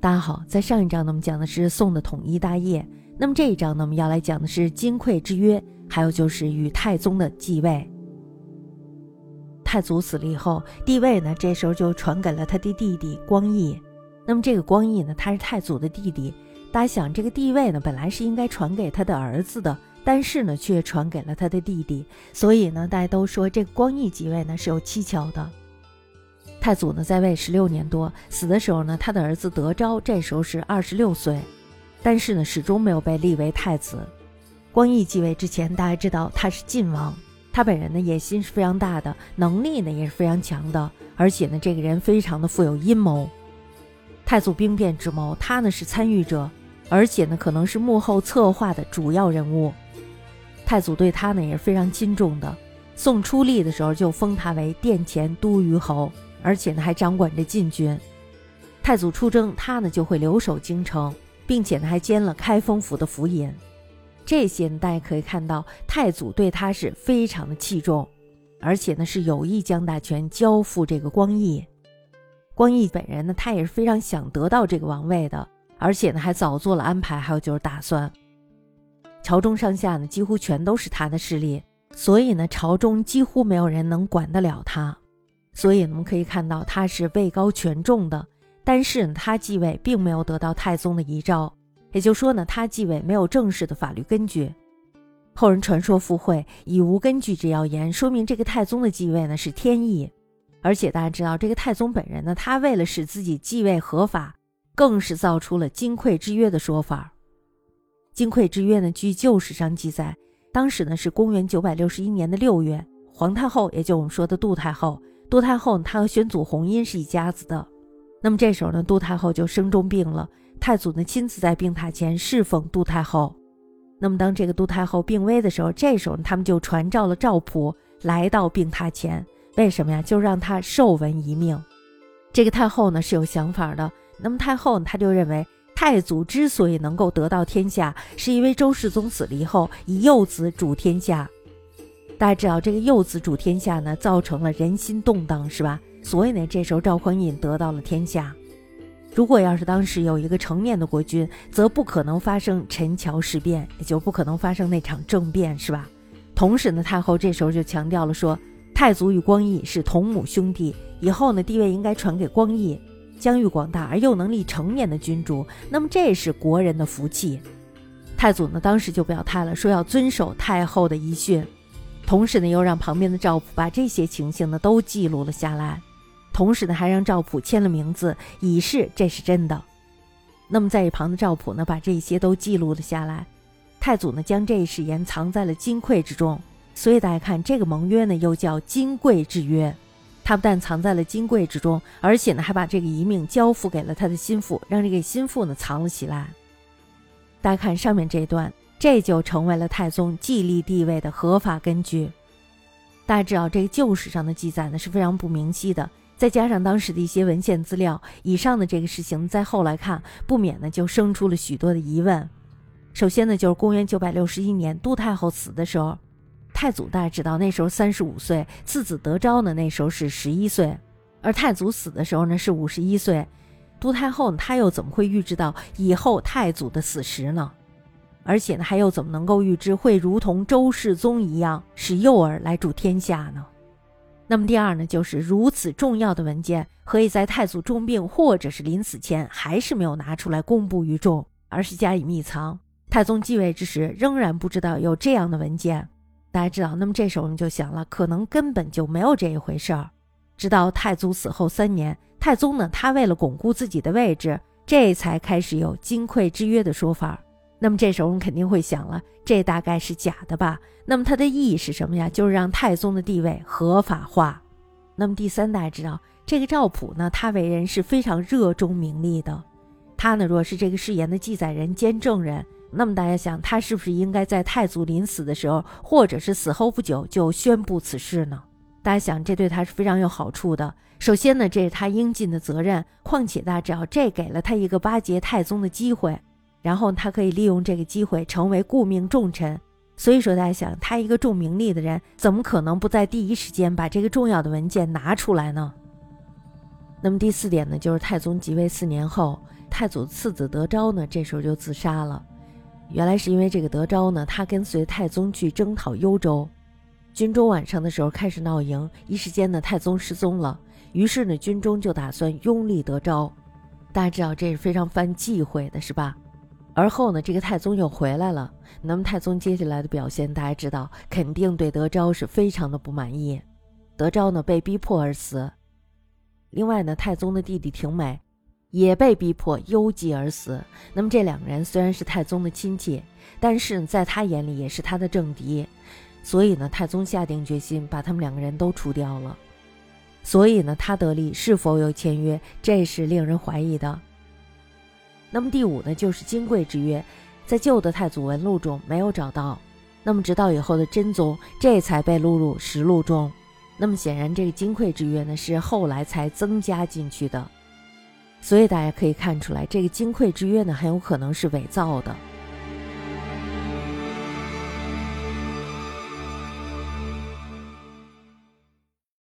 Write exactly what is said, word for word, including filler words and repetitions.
大家好，在上一章呢，我们讲的是宋的统一大业，那么这一章呢，我们要来讲的是金匮之约，还有就是与太宗的继位。太祖死了以后，帝位呢，这时候就传给了他的弟弟光义。那么这个光义呢，他是太祖的弟弟，大家想这个帝位呢，本来是应该传给他的儿子的，但是呢，却传给了他的弟弟，所以呢，大家都说这个光义继位呢是有蹊跷的。太祖呢在位十六年多，死的时候呢，他的儿子德昭这时候是二十六岁，但是呢，始终没有被立为太子。光义继位之前，大家知道他是晋王，他本人呢野心是非常大的，能力呢也是非常强的，而且呢，这个人非常的富有阴谋。太祖兵变之谋，他呢是参与者，而且呢可能是幕后策划的主要人物。太祖对他呢也是非常亲重的，宋初立的时候就封他为殿前都虞侯，而且呢还掌管着禁军。太祖出征，他呢就会留守京城，并且呢还兼了开封府的府尹。这些呢大家可以看到，太祖对他是非常的器重，而且呢是有意将大权交付这个光义。光义本人呢，他也是非常想得到这个王位的，而且呢还早做了安排，还有就是打算。朝中上下呢几乎全都是他的势力，所以呢朝中几乎没有人能管得了他。所以我们可以看到他是位高权重的，但是呢他继位并没有得到太宗的遗诏，也就是说呢他继位没有正式的法律根据。后人传说附会以无根据之谣言，说明这个太宗的继位呢是天意。而且大家知道这个太宗本人呢，他为了使自己继位合法，更是造出了金匮之约的说法。金匮之约呢，据旧史上记载，当时呢是公元九百六十一年的六月，皇太后也就我们说的杜太后，杜太后她和宣祖弘殷是一家子的。那么这时候呢，杜太后就生重病了，太祖呢亲自在病榻前侍奉杜太后。那么当这个杜太后病危的时候，这时候他们就传召了赵普来到病榻前，为什么呀？就让他受闻一命。这个太后呢是有想法的，那么太后呢，她就认为太祖之所以能够得到天下，是因为周世宗死了以后以幼子主天下。大家知道这个幼子主天下呢，造成了人心动荡，是吧？所以呢，这时候赵匡胤得到了天下。如果要是当时有一个成年的国君，则不可能发生陈桥事变，也就不可能发生那场政变，是吧？同时呢，太后这时候就强调了说，太祖与光义是同母兄弟，以后呢地位应该传给光义，疆域广大而又能力成年的君主，那么这是国人的福气。太祖呢当时就表态了，说要遵守太后的遗训，同时呢又让旁边的赵普把这些情形呢都记录了下来，同时呢还让赵普签了名字，以示这是真的。那么在一旁的赵普呢把这些都记录了下来，太祖呢将这一誓言藏在了金匮之中，所以大家看这个盟约呢又叫金匮之约。他不但藏在了金匮之中，而且呢还把这个遗命交付给了他的心腹，让这个心腹呢藏了起来。大家看上面这一段，这就成为了太宗继立帝位的合法根据。大家知道这个旧史上的记载呢是非常不明晰的，再加上当时的一些文献资料，以上的这个事情在后来看不免呢就生出了许多的疑问。首先呢就是公元九百六十一年杜太后死的时候，太祖大家知道那时候三十五岁，次子德昭呢那时候是十一岁，而太祖死的时候呢是五十一岁。杜太后呢她又怎么会预知到以后太祖的死时呢？而且呢还又怎么能够预知会如同周世宗一样使幼儿来主天下呢？那么第二呢，就是如此重要的文件，何以在太祖重病或者是临死前还是没有拿出来公布于众，而是加以密藏？太宗继位之时仍然不知道有这样的文件。大家知道，那么这时候我们就想了，可能根本就没有这一回事儿。直到太祖死后三年，太宗呢，他为了巩固自己的位置，这才开始有金匮之约的说法。那么这时候我们肯定会想了，这大概是假的吧？那么它的意义是什么呀？就是让太宗的地位合法化。那么第三，大家知道这个赵普呢，他为人是非常热衷名利的。他呢，若是这个誓言的记载人兼证人，那么大家想，他是不是应该在太祖临死的时候，或者是死后不久就宣布此事呢？大家想，这对他是非常有好处的。首先呢，这是他应尽的责任，况且大家知道，这给了他一个巴结太宗的机会，然后他可以利用这个机会成为顾命重臣。所以说大家想，他一个重名利的人，怎么可能不在第一时间把这个重要的文件拿出来呢？ 那么第四点呢，就是太宗即位四年后，太祖次子德昭呢，这时候就自杀了。原来是因为这个德昭呢，他跟随太宗去征讨幽州，军中晚上的时候开始闹营，一时间呢，太宗失踪了。于是呢，军中就打算拥立德昭。大家知道这是非常犯忌讳的，是吧？而后呢，这个太宗又回来了。那么太宗接下来的表现，大家知道，肯定对德昭是非常的不满意。德昭呢，被逼迫而死。另外呢，太宗的弟弟廷美也被逼迫幽寂而死。那么这两个人虽然是太宗的亲戚，但是在他眼里也是他的政敌，所以呢，太宗下定决心把他们两个人都除掉了。所以呢，他得力是否有签约，这是令人怀疑的。那么第五呢，就是金匮之约，在旧的太祖文录中没有找到，那么直到以后的真宗，这才被录入实录中。那么显然这个金匮之约呢，是后来才增加进去的，所以大家可以看出来，这个金匮之约呢，很有可能是伪造的。